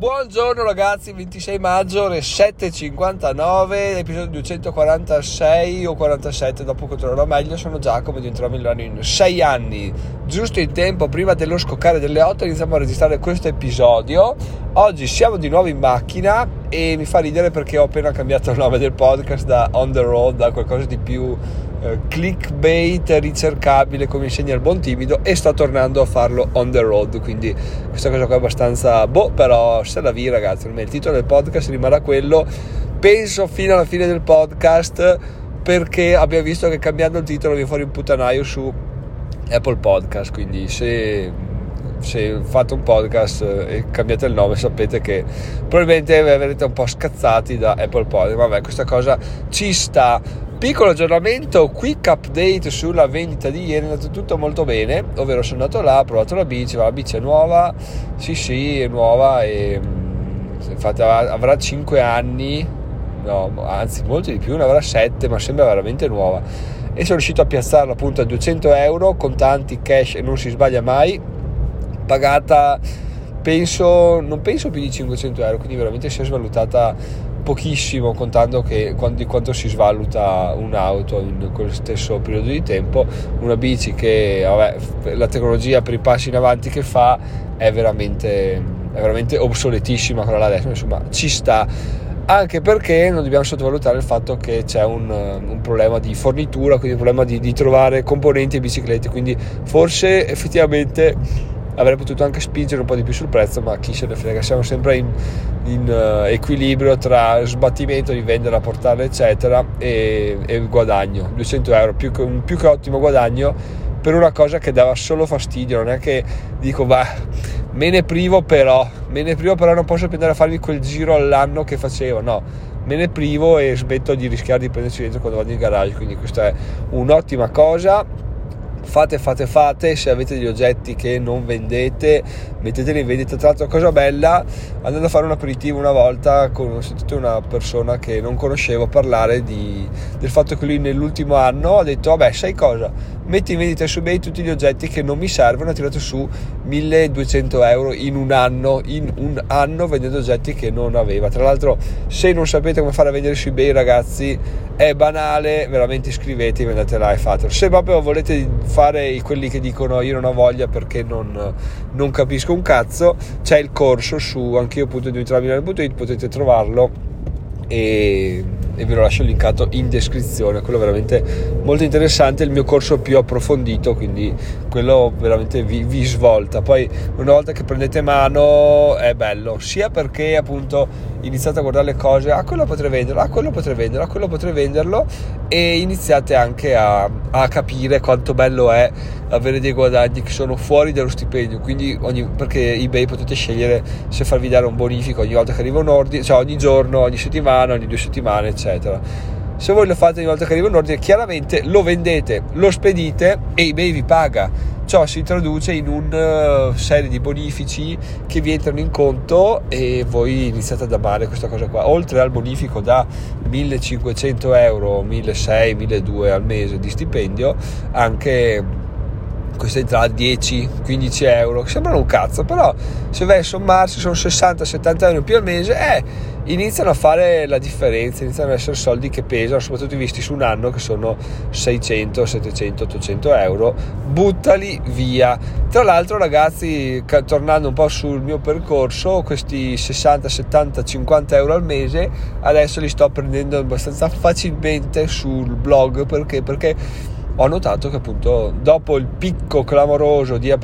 Buongiorno ragazzi, 26 maggio, ore 7.59, episodio 246 o 47, dopo controllerò meglio. Sono Giacomo, diventerò milionario in 6 anni, giusto in tempo prima dello scoccare delle 8. Iniziamo a registrare questo episodio. Oggi siamo di nuovo in macchina e mi fa ridere perché ho appena cambiato il nome del podcast da On The Road a qualcosa di più clickbait, ricercabile, come insegna il buon timido, e sto tornando a farlo on the road, quindi questa cosa qua è abbastanza però se la vi ragazzi, il titolo del podcast rimarrà quello, penso fino alla fine del podcast, perché abbiamo visto che cambiando il titolo viene fuori un puttanaio su Apple Podcast, quindi se fate un podcast e cambiate il nome sapete che probabilmente verrete un po' scazzati da Apple Podcast. Vabbè, questa cosa ci sta. Piccolo aggiornamento, quick update sulla vendita di ieri. È andato tutto molto bene, ovvero sono andato là, ho provato la bici è nuova, sì è nuova, e infatti avrà 5 anni, no anzi molto di più, ne avrà 7, ma sembra veramente nuova, e sono riuscito a piazzarla appunto a 200 euro, contanti, cash, e non si sbaglia mai, pagata non penso più di 500 euro, quindi veramente si è svalutata pochissimo, contando di quanto si svaluta un'auto in quello stesso periodo di tempo. Una bici che la tecnologia per i passi in avanti che fa è veramente obsoletissima quella là adesso, insomma ci sta, anche perché non dobbiamo sottovalutare il fatto che c'è un problema di fornitura, quindi un problema di trovare componenti e biciclette, quindi forse effettivamente avrei potuto anche spingere un po' di più sul prezzo, ma chi se ne frega, siamo sempre in equilibrio tra sbattimento di vendere, portarle eccetera e guadagno. 200 euro un più che ottimo guadagno per una cosa che dava solo fastidio. Non è che dico me ne privo però non posso più andare a farmi quel giro all'anno che facevo, no, me ne privo e smetto di rischiare di prenderci dentro quando vado in garage, quindi questa è un'ottima cosa. Fate, se avete degli oggetti che non vendete, metteteli in vendita. Tra l'altro, cosa bella, andando a fare un aperitivo una volta, ho sentito una persona che non conoscevo parlare del fatto che lui nell'ultimo anno ha detto sai cosa, metti in vendita su eBay tutti gli oggetti che non mi servono, ha tirato su 1200 euro in un anno vendendo oggetti che non aveva. Tra l'altro, se non sapete come fare a vendere su eBay ragazzi, è banale, veramente iscrivetevi, andate là e fatelo. Se proprio volete fare quelli che dicono io non ho voglia perché non capisco un cazzo, c'è il corso su anch'io.diventeromilionario.it, potete trovarlo e ve lo lascio linkato in descrizione. Quello veramente molto interessante, il mio corso più approfondito, quindi quello veramente vi svolta. Poi una volta che prendete mano è bello, sia perché appunto iniziate a guardare le cose, quello potrei venderlo, quello potrei venderlo, e iniziate anche a capire quanto bello è avere dei guadagni che sono fuori dallo stipendio. Quindi perché eBay potete scegliere se farvi dare un bonifico ogni volta che arriva un ordine, cioè ogni giorno, ogni settimana, ogni 2 settimane eccetera. Se voi lo fate ogni volta che arriva un ordine, chiaramente lo vendete, lo spedite e eBay vi paga. Ciò si traduce in una serie di bonifici che vi entrano in conto e voi iniziate ad amare questa cosa qua. Oltre al bonifico da 1500 euro, 1600, 1200 al mese di stipendio, anche questa entrata 10-15 euro, sembrano un cazzo, però se vai a sommarsi sono 60-70 euro in più al mese, iniziano a fare la differenza, iniziano ad essere soldi che pesano, soprattutto visti su un anno che sono 600, 700, 800 euro, buttali via. Tra l'altro ragazzi, tornando un po' sul mio percorso, questi 60, 70, 50 euro al mese adesso li sto prendendo abbastanza facilmente sul blog, perché ho notato che appunto dopo il picco clamoroso di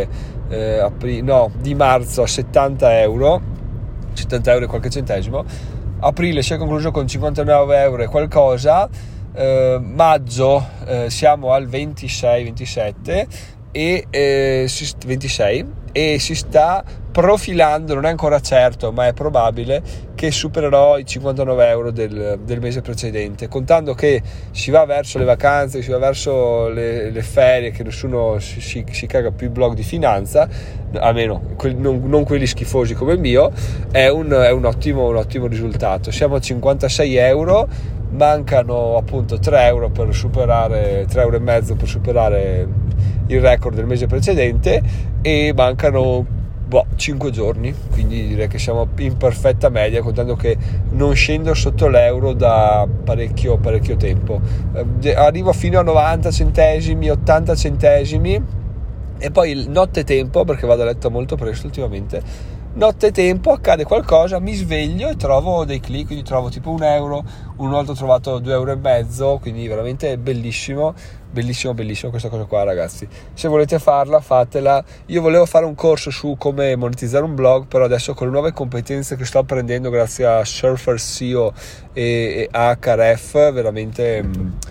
di marzo a 70 euro e qualche centesimo, aprile si è concluso con 59 euro e qualcosa, maggio siamo al 26 e 26 e si sta profilando, non è ancora certo ma è probabile che supererò i 59 euro del mese precedente, contando che si va verso le vacanze, si va verso le ferie, che nessuno si caga più il blog di finanza, almeno non quelli schifosi come il mio. È un ottimo risultato. Siamo a 56 euro, mancano appunto 3 euro per superare, 3 euro e mezzo per superare il record del mese precedente, e mancano 5 giorni, quindi direi che siamo in perfetta media, contando che non scendo sotto l'euro da parecchio tempo. Arrivo fino a 90 centesimi, 80 centesimi, e poi notte tempo, perché vado a letto molto presto ultimamente, notte tempo accade qualcosa, mi sveglio e trovo dei click, quindi trovo tipo €1, una volta ho trovato €2,50, quindi veramente bellissimo questa cosa qua, ragazzi. Se volete farla, fatela. Io volevo fare un corso su come monetizzare un blog, però adesso con le nuove competenze che sto apprendendo grazie a Surfer SEO e Ahrefs, veramente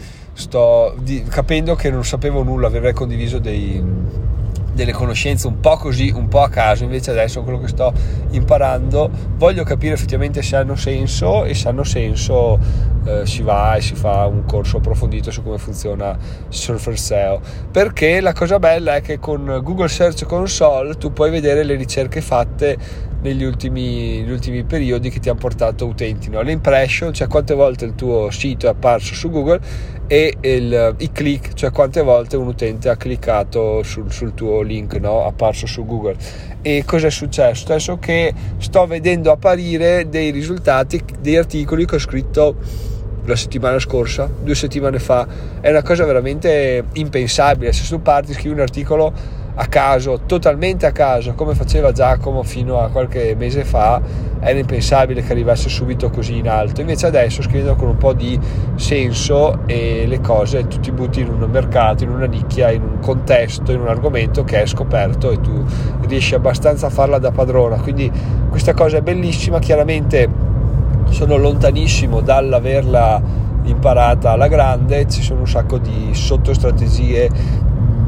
sto capendo che non sapevo nulla, avrei condiviso delle conoscenze un po' così, un po' a caso. Invece adesso quello che sto imparando voglio capire effettivamente se hanno senso, e se hanno senso si va e si fa un corso approfondito su come funziona Surfer SEO, perché la cosa bella è che con Google Search Console tu puoi vedere le ricerche fatte negli ultimi periodi che ti hanno portato utenti, no? Le impression, cioè quante volte il tuo sito è apparso su Google, e i click, cioè quante volte un utente ha cliccato sul tuo link, no? Apparso su Google. E cosa è successo? È successo che sto vedendo apparire dei risultati di articoli che ho scritto la settimana scorsa, 2 settimane fa. È una cosa veramente impensabile. Se tu parti, scrivi un articolo a caso, totalmente a caso, come faceva Giacomo fino a qualche mese fa, era impensabile che arrivasse subito così in alto. Invece adesso, scrivendo con un po' di senso e le cose, tu ti butti in un mercato, in una nicchia, in un contesto, in un argomento che è scoperto, e tu riesci abbastanza a farla da padrona. Quindi questa cosa è bellissima. Chiaramente sono lontanissimo dall'averla imparata alla grande, ci sono un sacco di sottostrategie,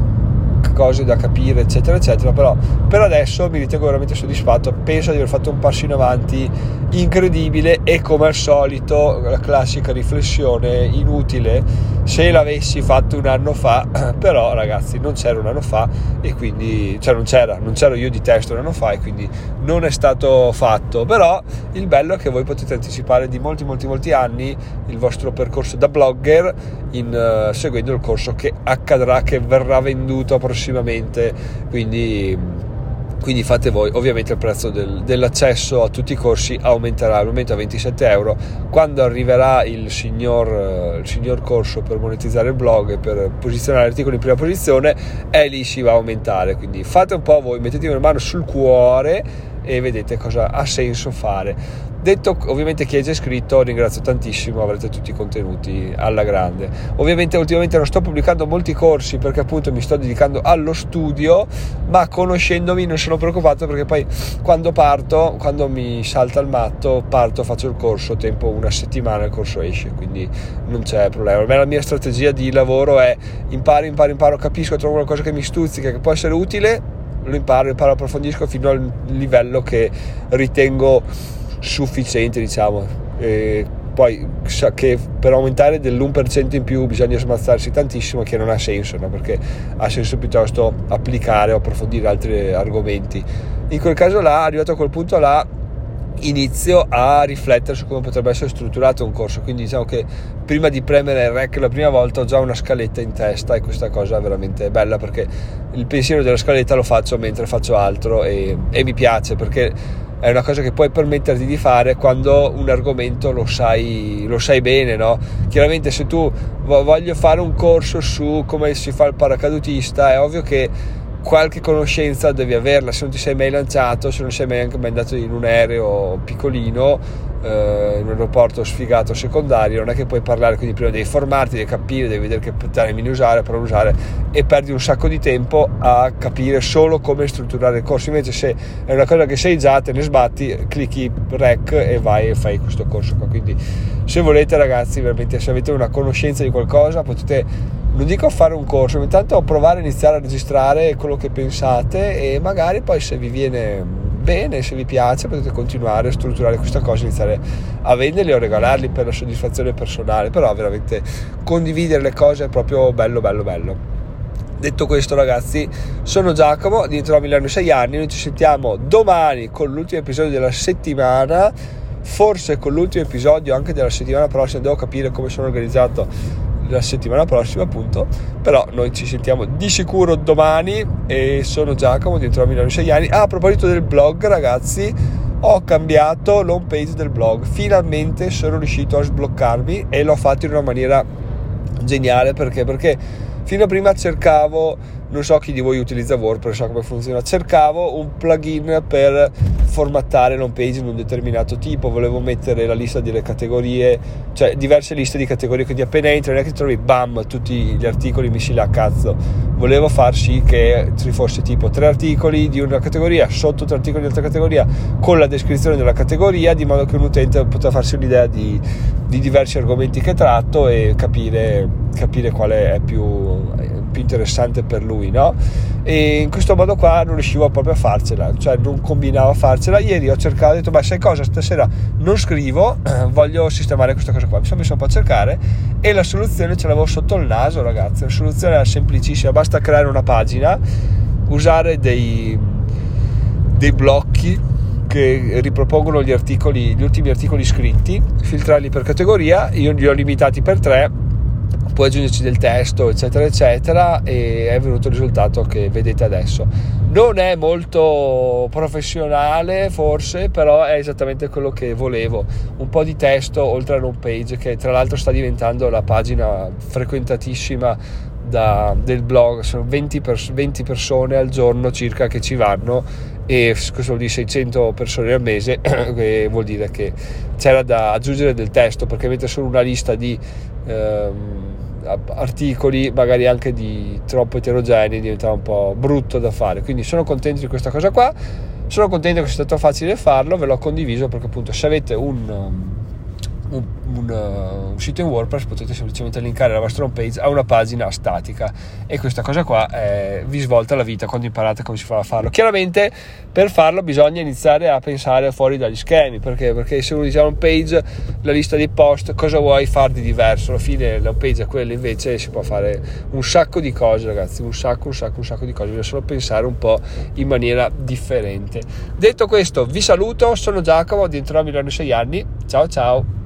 cose da capire, eccetera eccetera, però per adesso mi ritengo veramente soddisfatto. Penso di aver fatto un passo in avanti incredibile, e come al solito la classica riflessione inutile: se l'avessi fatto un anno fa, però ragazzi non c'era un anno fa, e quindi non c'ero io di testo un anno fa, e quindi non è stato fatto. Però il bello è che voi potete anticipare di molti anni il vostro percorso da blogger seguendo il corso che accadrà, che verrà venduto prossimamente, quindi fate voi. Ovviamente il prezzo dell'accesso a tutti i corsi aumenterà, al momento a €27. Quando arriverà il signor corso per monetizzare il blog e per posizionare l'articolo in prima posizione, e lì si va a aumentare. Quindi fate un po' voi, mettetevi una mano sul cuore e vedete cosa ha senso fare. Detto, ovviamente, chi è già iscritto ringrazio tantissimo, avrete tutti i contenuti alla grande. Ovviamente ultimamente non sto pubblicando molti corsi perché appunto mi sto dedicando allo studio, ma conoscendomi non sono preoccupato, perché poi quando mi salta il matto, faccio il corso, tempo una settimana, il corso esce, quindi non c'è problema. La mia strategia di lavoro è imparo, capisco, trovo qualcosa che mi stuzzica, che può essere utile, lo imparo, approfondisco fino al livello che ritengo sufficiente, diciamo. E poi sa che per aumentare dell'1% in più bisogna smazzarsi tantissimo, che non ha senso, no? Perché ha senso piuttosto applicare o approfondire altri argomenti. In quel caso là, arrivato a quel punto là, inizio a riflettere su come potrebbe essere strutturato un corso. Quindi diciamo che prima di premere il rec la prima volta ho già una scaletta in testa, e questa cosa è veramente bella, perché il pensiero della scaletta lo faccio mentre faccio altro, e mi piace, perché è una cosa che puoi permetterti di fare quando un argomento lo sai bene, no? Chiaramente se tu voglio fare un corso su come si fa il paracadutista, è ovvio che qualche conoscenza devi averla. Se non ti sei mai lanciato, se non sei mai anche andato in un aereo piccolino, in un aeroporto sfigato secondario, non è che puoi parlare. Quindi prima devi formarti, devi capire, devi vedere che termini usare per usare, e perdi un sacco di tempo a capire solo come strutturare il corso. Invece se è una cosa che sai già, te ne sbatti, clicchi rec e vai e fai questo corso qua. Quindi se volete, ragazzi, veramente, se avete una conoscenza di qualcosa, potete, non dico fare un corso, ma intanto provare a iniziare a registrare quello che pensate, e magari poi, se vi viene bene, se vi piace, potete continuare a strutturare questa cosa, iniziare a venderli o regalarli per la soddisfazione personale. Però veramente condividere le cose è proprio bello. Detto questo, ragazzi, sono Giacomo, diventerò a Milano 6 anni. Noi ci sentiamo domani con l'ultimo episodio della settimana, forse con l'ultimo episodio anche della settimana prossima. Devo capire come sono organizzato la settimana prossima appunto, però noi ci sentiamo di sicuro domani. E sono Giacomo, diventerò Milano in 6 anni. A proposito del blog, ragazzi, ho cambiato l'home page del blog, finalmente sono riuscito a sbloccarmi e l'ho fatto in una maniera geniale. Perché fino a prima cercavo, non so chi di voi utilizza WordPress, so come funziona, cercavo un plugin per formattare l'home page in un determinato tipo, volevo mettere la lista delle categorie, cioè diverse liste di categorie, quindi appena entri non è che trovi bam tutti gli articoli messi là a cazzo, volevo far sì che ci fosse tipo 3 articoli di una categoria, sotto 3 articoli di un'altra categoria, con la descrizione della categoria, di modo che un utente poteva farsi un'idea di diversi argomenti che tratto e capire quale è più interessante per lui, no? E in questo modo qua non riuscivo proprio a farcela, cioè non combinavo a farcela. Ieri ho cercato, ho detto beh, sai cosa, stasera non scrivo, voglio sistemare questa cosa qua, mi sono messo un po' a cercare e la soluzione ce l'avevo sotto il naso, ragazzi. La soluzione era semplicissima, basta creare una pagina, usare dei blocchi che ripropongono gli ultimi articoli scritti, filtrarli per categoria. Io li ho limitati per 3, puoi aggiungerci del testo eccetera eccetera, e è venuto il risultato che vedete adesso. Non è molto professionale forse, però è esattamente quello che volevo, un po' di testo oltre alla home page, che tra l'altro sta diventando la pagina frequentatissima del blog. Sono 20 persone al giorno circa che ci vanno, e questo vuol dire 600 persone al mese, che vuol dire che c'era da aggiungere del testo, perché mettere solo una lista di articoli magari anche di troppo eterogenei diventava un po' brutto da fare. Quindi sono contento di questa cosa qua, sono contento che sia stato facile farlo, ve l'ho condiviso perché appunto se avete un sito in WordPress potete semplicemente linkare la vostra home page a una pagina statica, e questa cosa qua vi svolta la vita quando imparate come si fa a farlo. Chiaramente per farlo bisogna iniziare a pensare fuori dagli schemi, perché se uno dice home page, la lista dei post, cosa vuoi fare di diverso? Alla fine la home page è quella, invece si può fare un sacco di cose, ragazzi, un sacco di cose, bisogna solo pensare un po' in maniera differente. Detto questo vi saluto, sono Giacomo, diventerò Milano in 6 anni, ciao ciao.